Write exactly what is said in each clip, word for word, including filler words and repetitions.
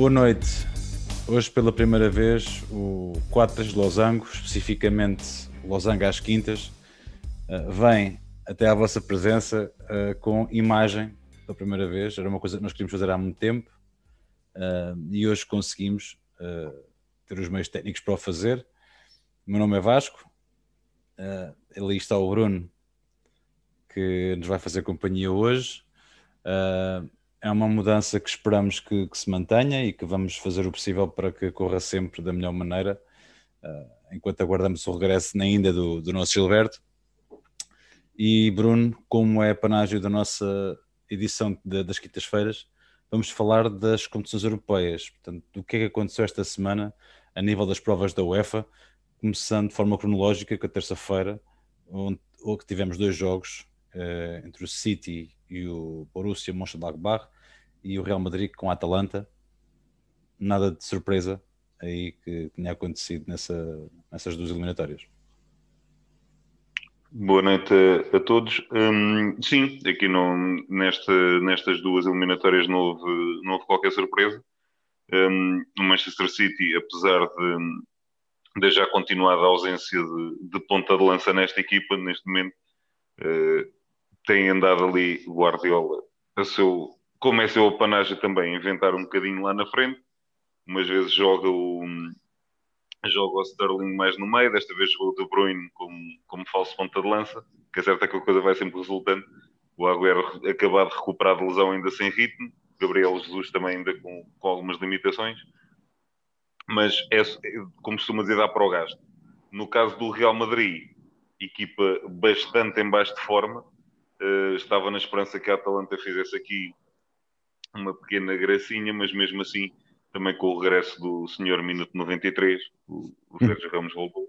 Boa noite. Hoje pela primeira vez o quatro três de Losango, especificamente Losango às Quintas, vem até à vossa presença com imagem pela primeira vez. Era uma coisa que nós queríamos fazer há muito tempo e hoje conseguimos ter os meios técnicos para o fazer. O meu nome é Vasco, ali está o Bruno, que nos vai fazer companhia hoje. É uma mudança que esperamos que, que se mantenha e que vamos fazer o possível para que corra sempre da melhor maneira, enquanto aguardamos o regresso na Índia do, do nosso Gilberto. E Bruno, como é panágio da nossa edição de, das quintas-feiras, vamos falar das competições europeias. Portanto, do que é que aconteceu esta semana a nível das provas da UEFA, começando de forma cronológica com a terça-feira, onde, onde tivemos dois jogos eh, entre o City e o Borussia Mönchengladbach e o Real Madrid com a Atalanta. Nada de surpresa aí que tinha acontecido nessa, nessas duas eliminatórias. Boa noite a, a todos. Um, sim, aqui não, nesta, nestas duas eliminatórias não houve, não houve qualquer surpresa. Um, o Manchester City, apesar de, de já continuada a ausência de, de ponta de lança nesta equipa, neste momento, uh, tem andado ali o Guardiola, a seu, como é seu apanágio também, inventar um bocadinho lá na frente. Umas vezes joga o... joga o Sterling mais no meio, desta vez jogou o De Bruyne como, como falso ponta de lança, que é certo que a coisa vai sempre resultando. O Agüero acabar de recuperar de lesão ainda sem ritmo, Gabriel Jesus também ainda com, com algumas limitações, mas é, como costuma dizer, dá para o gasto. No caso do Real Madrid, equipa bastante em baixo de forma, uh, estava na esperança que a Atalanta fizesse aqui uma pequena gracinha, mas mesmo assim também com o regresso do senhor Minuto noventa e três, o, o Sérgio Ramos voltou,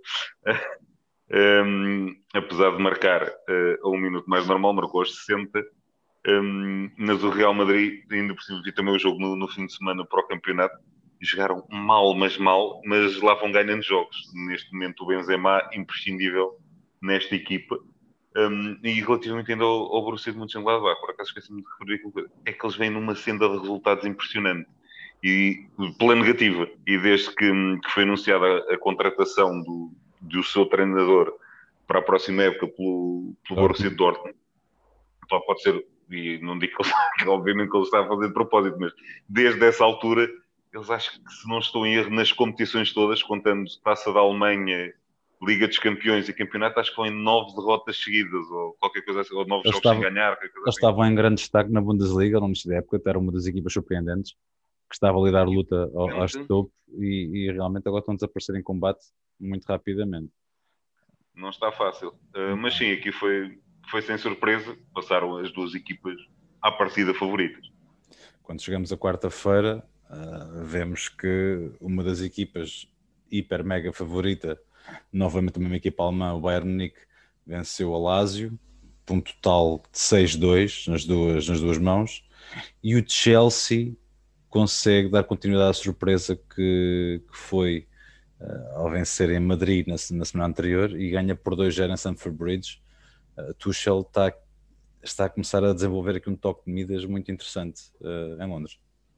um, apesar de marcar uh, a um minuto mais normal, marcou aos sessenta, um, mas o Real Madrid, ainda por cima, vi também o jogo no, no fim de semana para o campeonato, jogaram mal, mas mal, mas lá vão ganhando jogos. Neste momento o Benzema, imprescindível nesta equipa. Um, e relativamente ainda ao, ao Borussia de Mönchengladbach, por acaso esqueci-me de referir aquilo, é que eles vêm numa senda de resultados impressionante. E pela negativa, e desde que, que foi anunciada a, a contratação do, do seu treinador para a próxima época pelo, pelo Borussia Dortmund, pode ser, e não digo que, ele, que obviamente que ele está a fazer de propósito, mas desde essa altura eles acho que, se não estou em erro, nas competições todas, contando Taça da Alemanha, Liga dos Campeões e Campeonato, acho que foi em nove derrotas seguidas, ou qualquer coisa assim, ou nove Eles jogos estavam, sem ganhar. Eles assim. estavam em grande destaque na Bundesliga, no início da época, até era uma das equipas surpreendentes, que estava a lidar luta ao, aos topo, e, e realmente agora estão a desaparecer em combate muito rapidamente. Não está fácil. Uh, mas sim, aqui foi, foi sem surpresa, passaram as duas equipas à partida favoritas. Quando chegamos à quarta-feira, uh, vemos que uma das equipas hiper mega favorita, novamente uma equipa alemã, o Bayern Munique, venceu a Lazio, por um total de seis dois nas duas, nas duas mãos, e o Chelsea consegue dar continuidade à surpresa que, que foi uh, ao vencer em Madrid na, na semana anterior e ganha por dois zero em Stamford Bridge. Uh, Tuchel está, está a começar a desenvolver aqui um toque de medidas muito interessante uh, em Londres.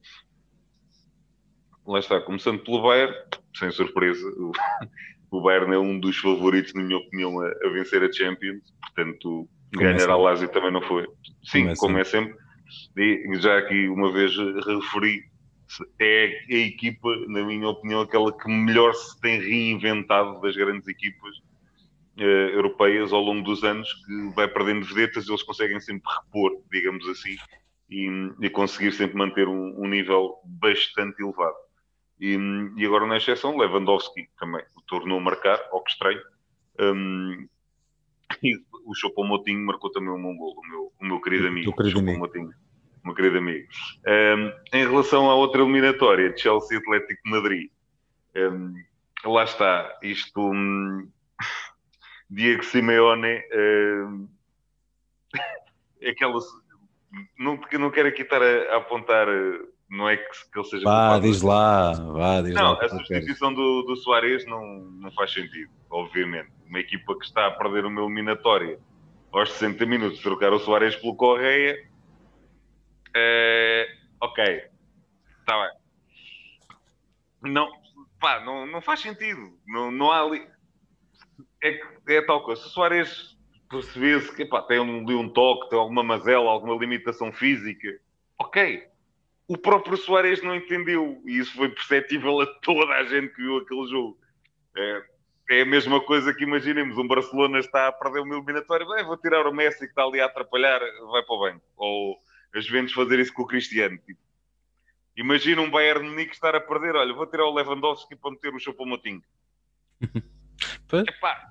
Lá está, começando pelo Bayern, sem surpresa, o, o Bayern é um dos favoritos, na minha opinião, a, a vencer a Champions, portanto, como ganhar é a Lazio também não foi. Sim, como é, como é sempre. E já aqui uma vez referi, é a equipa, na minha opinião, aquela que melhor se tem reinventado das grandes equipas uh, europeias ao longo dos anos, que vai perdendo vedetas e eles conseguem sempre repor, digamos assim, e, e conseguir sempre manter um, um nível bastante elevado. E, e agora, na exceção, Lewandowski também o tornou a marcar, ao que estranho. Um, e o Choupo-Moting marcou também um bom gol, o meu, o meu querido amigo, Choupo-Moting, meu querido amigo. Um, em relação à outra eliminatória, Chelsea Atlético de Madrid, um, lá está, isto... Um, Diego Simeone, um, aquela... Não, não quero aqui estar a, a apontar... Não é que, que ele seja vá, culpado. diz lá, vá, diz não, lá. a substituição do, do Suárez não, não faz sentido, obviamente. Uma equipa que está a perder uma eliminatória aos sessenta minutos, trocar o Suárez pelo Correia, é... ok, está bem. Não, pá, não, não faz sentido. Não, não há ali. É, que- é tal coisa. Se o Soares percebesse que pá, tem um, um toque, tem alguma mazela, alguma limitação física, ok. O próprio Soares não entendeu e isso foi perceptível a toda a gente que viu aquele jogo. É, é a mesma coisa que imaginemos, um Barcelona está a perder uma eliminatória, bem, vou tirar o Messi que está ali a atrapalhar, vai para o banco. Ou as Juventus fazer isso com o Cristiano. Tipo, imagina um Bayern de Munique estar a perder, olha, vou tirar o Lewandowski para meter o Choupo-Moting. Epá,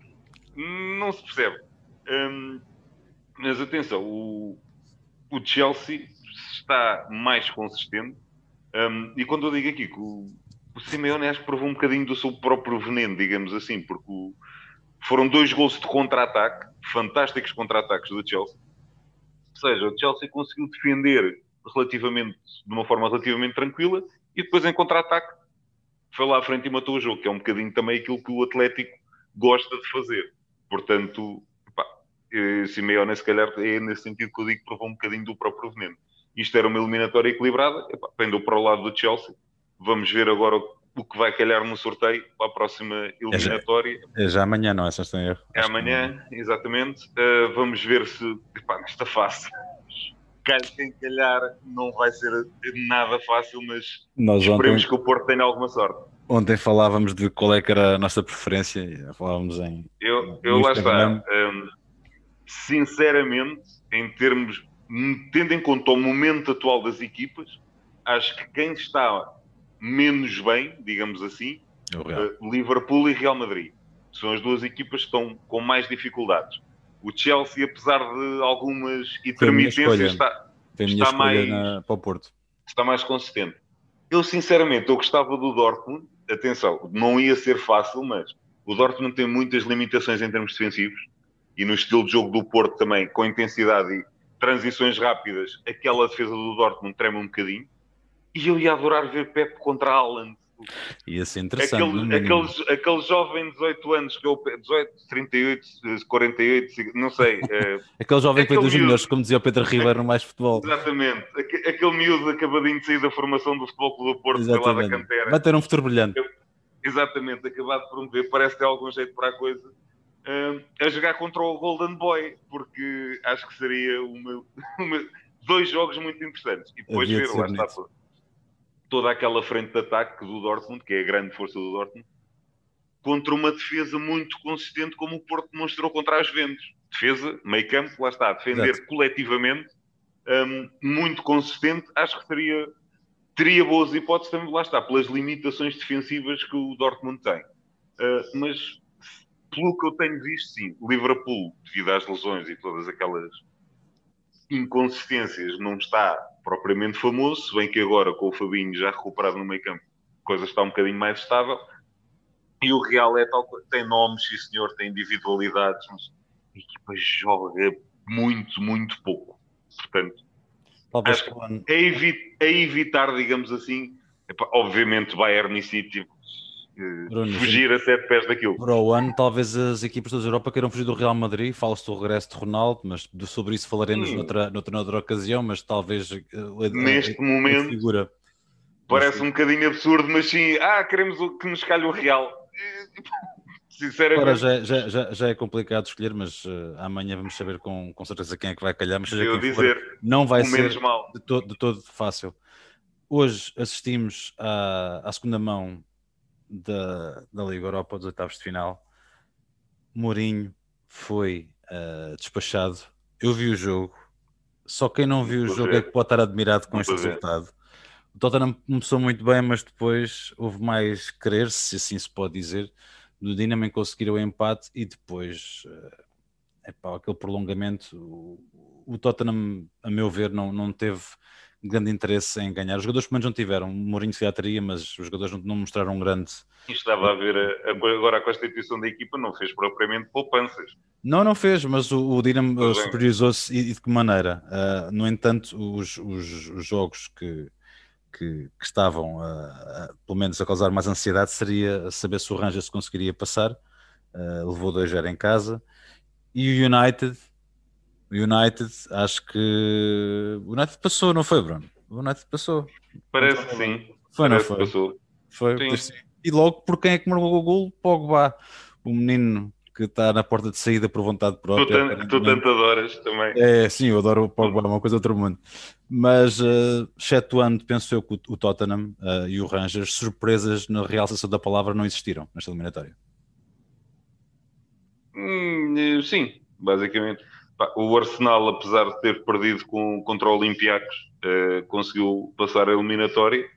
não se percebe. Hum, mas atenção, o, o Chelsea está mais consistente. Hum, e quando eu digo aqui que o, o Simeone acho que provou um bocadinho do seu próprio veneno, digamos assim, porque o, foram dois gols de contra-ataque, fantásticos contra-ataques do Chelsea. Ou seja, o Chelsea conseguiu defender relativamente, de uma forma relativamente tranquila e depois em contra-ataque foi lá à frente e matou o jogo, que é um bocadinho também aquilo que o Atlético gosta de fazer. Portanto, pá, Simeone, se calhar, é nesse sentido que eu digo que provou um bocadinho do próprio veneno. Isto era uma eliminatória equilibrada, epá, pendeu para o lado do Chelsea. Vamos ver agora o que vai calhar no sorteio para a próxima É já, eliminatória. é já amanhã, não é? Se não estou em erro. É Acho que é amanhã. amanhã, exatamente. Uh, vamos ver se, epá, nesta fase, quem calhar não vai ser nada fácil, mas Nós esperemos ontem, que o Porto tenha alguma sorte. ontem falávamos de qual é que era a nossa preferência, falávamos em, Eu, no eu lá Instagram. está. Um, sinceramente, em termos, tendo em conta o momento atual das equipas, acho que quem está menos bem, digamos assim, É o Real. uh, Liverpool e Real Madrid. São as duas equipas que estão com mais dificuldades. O Chelsea, apesar de algumas Foi a minha intermitências, escolha. está, Foi a minha está, escolha mais, na, para o Porto. está mais consistente. Eu, sinceramente, eu gostava do Dortmund. Atenção, não ia ser fácil, mas o Dortmund tem muitas limitações em termos defensivos e no estilo de jogo do Porto também, com intensidade e transições rápidas, aquela defesa do Dortmund trema um bocadinho. E eu ia adorar ver Pep contra Haaland. Ia ser interessante, Aquele, no mínimo. aquele, aquele jovem de dezoito anos, que é o dezoito, trinta e oito, quarenta e oito, não sei. É, Aquele jovem que foi aquele dos miúdo, juniores, como dizia o Pedro Ribeiro no Mais Futebol. exatamente, aquele miúdo acabadinho de sair da formação do Futebol Clube do Porto, foi lá da Exatamente. cantera. Vai ter um futuro brilhante. Exatamente, acabado de promover, parece ter algum jeito para a coisa. Uh, a jogar contra o Golden Boy, porque acho que seria uma, uma, dois jogos muito interessantes. E depois Havia de ver, ser lá está, bonito. toda aquela frente de ataque do Dortmund, que é a grande força do Dortmund, contra uma defesa muito consistente, como o Porto demonstrou contra as Juventus. Defesa, meio campo, lá está, defender Exato. coletivamente, um, muito consistente. Acho que seria, teria boas hipóteses também, lá está, pelas limitações defensivas que o Dortmund tem. Uh, mas pelo que eu tenho visto, sim, o Liverpool, devido às lesões e todas aquelas inconsistências, não está propriamente famoso, se bem que agora, com o Fabinho já recuperado no meio campo, a coisa está um bocadinho mais estável. E o Real é tal coisa, tem nomes, sim senhor, tem individualidades, mas a equipa joga muito, muito pouco. Portanto, Talvez acho para o ano, que é, evi é evitar, digamos assim, epá, obviamente Bayern e City, Bruno, fugir a sete pés daquilo. para o ano, talvez as equipas da Europa queiram fugir do Real Madrid. Fala-se do regresso de Ronaldo, mas sobre isso falaremos Hum, noutra, noutra, noutra ocasião. Mas talvez uh, a, neste a, a momento figura. parece um bocadinho absurdo, mas sim, ah, queremos que nos calhe o Real. Agora Sinceramente, já, já, já, já é complicado escolher, mas uh, amanhã vamos saber com, com certeza quem é que vai calhar. Mas seja eu quem for, dizer, não vai o menos ser mal. de, to, de todo fácil. Hoje assistimos à, à segunda mão da, da Liga Europa, dos oitavos de final. Mourinho foi uh, despachado. Eu vi o jogo. Só quem não Não viu o estou a jogo é que ver, pode estar admirado com não este estou a ver. resultado. O Tottenham começou muito bem, mas depois houve mais querer, se assim se pode dizer, do Dinamo em conseguir o empate e depois uh, epá, aquele prolongamento. O, o Tottenham, a meu ver, não, não teve grande interesse em ganhar. Os jogadores pelo menos não tiveram. O Mourinho se teria, mas os jogadores não, não mostraram um grande. Estava a ver a, a, agora a constituição da equipa, não fez propriamente poupanças. Não, não fez, mas o, o Dinamo uh, Pois bem, superiorizou-se e, e de que maneira? Uh, no entanto, os, os, os jogos que, que, que estavam, uh, uh, pelo menos, a causar mais ansiedade seria saber se o Rangers conseguiria passar. Uh, levou dois a zero em casa. E o United, o United, acho que o United passou, não foi, Bruno? O United passou contra parece o que Milan. sim, Foi, não parece que foi? passou. Foi. E logo por quem é que marcou o gol? Pogba, o menino que está na porta de saída por vontade própria. Tu, tu tanto adoras também. É, sim, eu adoro o Pogba, é uma coisa do outro mundo. Mas, uh, excetuando, penso eu, que o, o Tottenham uh, e o Rangers, surpresas na real sensação da palavra não existiram nesta eliminatória. Hum, sim, basicamente. O Arsenal, apesar de ter perdido com, contra o Olympiacos, uh, conseguiu passar a eliminatória.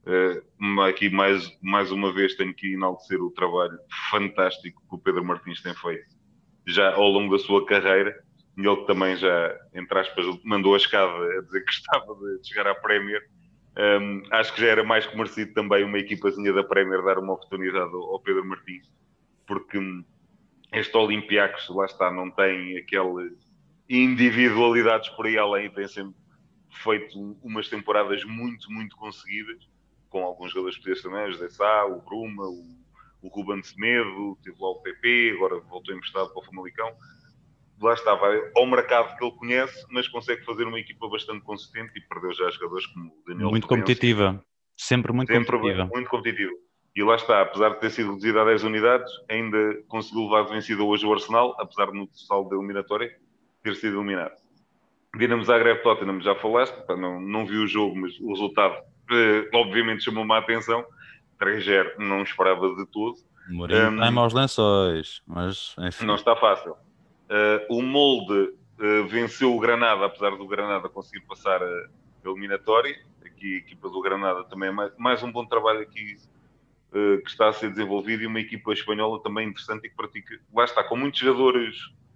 Uh, aqui mais, mais uma vez tenho que enaltecer o trabalho fantástico que o Pedro Martins tem feito já ao longo da sua carreira, e ele também já, entre aspas, mandou a escada a dizer que gostava de chegar à Premier. Um, acho que já era mais que merecido também uma equipazinha da Premier dar uma oportunidade ao Pedro Martins, porque este Olympiacos, lá está, não tem aquele individualidades por aí além, tem sempre feito umas temporadas muito, muito conseguidas, com alguns jogadores portugueses também, o José Sá, o Bruma, o, o Ruben Semedo, teve lá o P P, agora voltou emprestado para o Famalicão. Lá está, vai ao mercado que ele conhece, mas consegue fazer uma equipa bastante consistente e perdeu já jogadores como o Daniel Muito Florencio. Competitiva, sempre muito sempre competitiva. Muito competitiva. E lá está, apesar de ter sido reduzida a dez unidades, ainda conseguiu levar de vencida hoje o Arsenal, apesar de no saldo da eliminatória ter sido eliminado. Dinamo Zagreb Tottenham, já falaste, não, não vi o jogo, mas o resultado eh, obviamente chamou-me a atenção. três zero, não esperava de todo. Mourinho um, time aos lençóis, mas enfim. Não está fácil. Uh, o Molde uh, venceu o Granada, apesar do Granada conseguir passar a eliminatória. Aqui a equipa do Granada também é mais, mais um bom trabalho aqui uh, que está a ser desenvolvido, e uma equipa espanhola também interessante e que pratica, lá está, com muitos jogadores,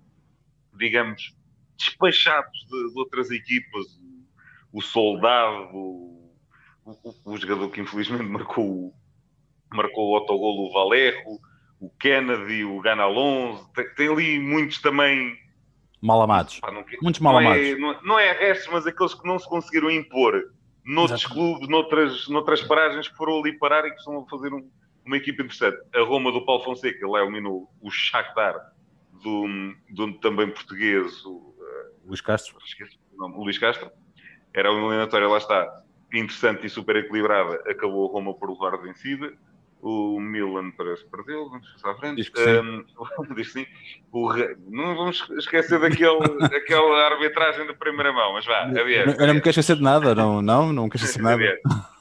digamos, despachados de, de outras equipas. O, o Soldado, o, o, o jogador que infelizmente marcou, marcou o autogolo, o Valerro, o Kennedy, o Ganalonso, tem, tem ali muitos também mal amados, pá, não, muitos mal amados. É, não, não é restos, mas aqueles que não se conseguiram impor noutros Exato. clubes, noutras, noutras paragens, que foram ali parar e que estão a fazer um, uma equipa interessante. A Roma do Paulo Fonseca, ele eliminou o Shakhtar, do, do também português, o Luís Castro. Não, o Luís Castro. Era uma eliminatória, lá está, interessante e super equilibrada. Acabou a Roma por levar vencida. O Milan parece que perdeu, vamos passar à frente. Diz que sim. Um, diz que sim. O, não vamos esquecer daquele, daquela arbitragem da primeira mão, mas vá, adiante. Eu não me quero esquecer de nada, não, não, não me quero esquecer de nada.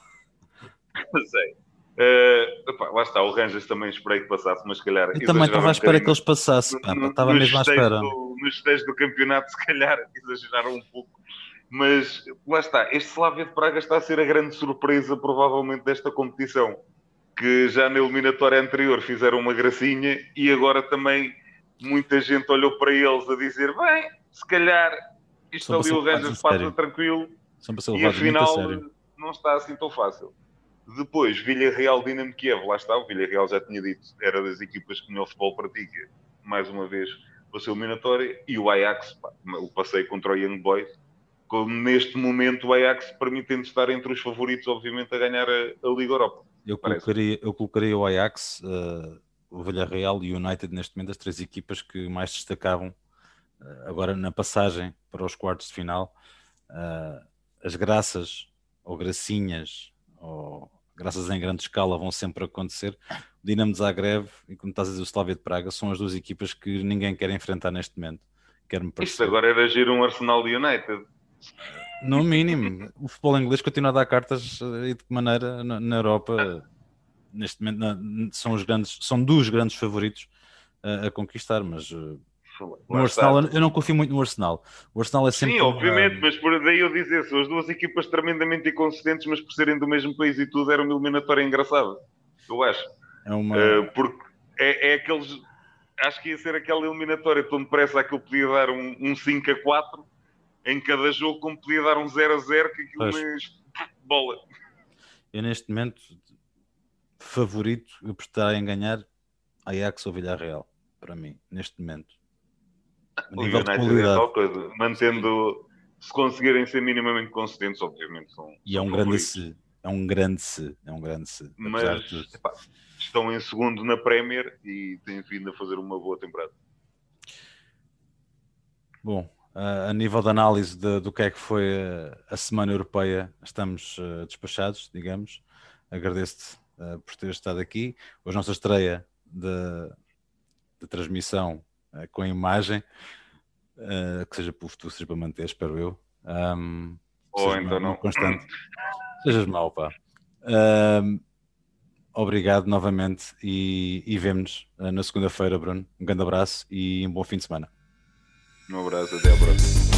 Não sei. Uh, opa, lá está, o Rangers também esperei que passasse, mas se calhar... Eu também estava à espera que eles passassem, pá, no, estava mesmo à espera. Do, nos festejos do campeonato, se calhar, exageraram um pouco. Mas lá está, este Slavia de Praga está a ser a grande surpresa, provavelmente, desta competição. Que já na eliminatória anterior fizeram uma gracinha e agora também muita gente olhou para eles a dizer: bem, se calhar isto ali o Rangers passa tranquilo, e afinal não está assim tão fácil. Depois, Villarreal Dinamo Kiev, lá está, o Villarreal já tinha dito, era das equipas que melhor futebol pratica, mais uma vez passou a eliminatória, e o Ajax, pá, o passeio contra o Young Boys, como neste momento o Ajax permitendo estar entre os favoritos, obviamente, a ganhar a, a Liga Europa. Eu colocaria, eu colocaria o Ajax, uh, o Villarreal e o United neste momento as três equipas que mais destacavam uh, agora na passagem para os quartos de final. Uh, as graças ou gracinhas ou graças em grande escala vão sempre acontecer. O Dinamo de Zagreb e, como estás a dizer, o Slavia de Praga são as duas equipas que ninguém quer enfrentar neste momento. Quer-me parecer. Isto agora era agir um Arsenal United. No mínimo, o futebol inglês continua a dar cartas e de que maneira na, na Europa neste momento na, são os grandes, são dos grandes favoritos a, a conquistar, mas uh, no Arsenal eu, eu não confio muito no Arsenal. O Arsenal é sempre... Sim, obviamente, um... mas por daí eu dizer, são as duas equipas tremendamente inconsistentes, mas por serem do mesmo país e tudo, era uma eliminatória engraçada, eu acho. É uma... Uh, porque é, é aqueles... Acho que ia ser aquela eliminatória tão depressa que eu podia dar um, um cinco a quatro em cada jogo, como podia dar um zero a zero, que aquilo mas bola. Eu neste momento, favorito, eu apostar em ganhar Ajax ou Villarreal, para mim, neste momento. A nível de qualidade. É tal coisa, mantendo, se conseguirem ser minimamente consistentes, obviamente são. E são é um favoritos. grande se, é um grande se, é um grande se. Mas epá, estão em segundo na Premier e têm vindo a fazer uma boa temporada. Bom, Uh, a nível de análise de, do que é que foi a, a Semana Europeia, estamos uh, despachados, digamos. Agradeço-te uh, por ter estado aqui. Hoje, nossa estreia de, de transmissão uh, com imagem, uh, que seja para o futuro, seja para manter, espero eu. Um, Ou seja então uma, não. uma constante. Sejas mau, pá. Um, obrigado novamente e, e vemo-nos uh, na segunda-feira, Bruno. Um grande abraço e um bom fim de semana. Um abraço, até à próxima.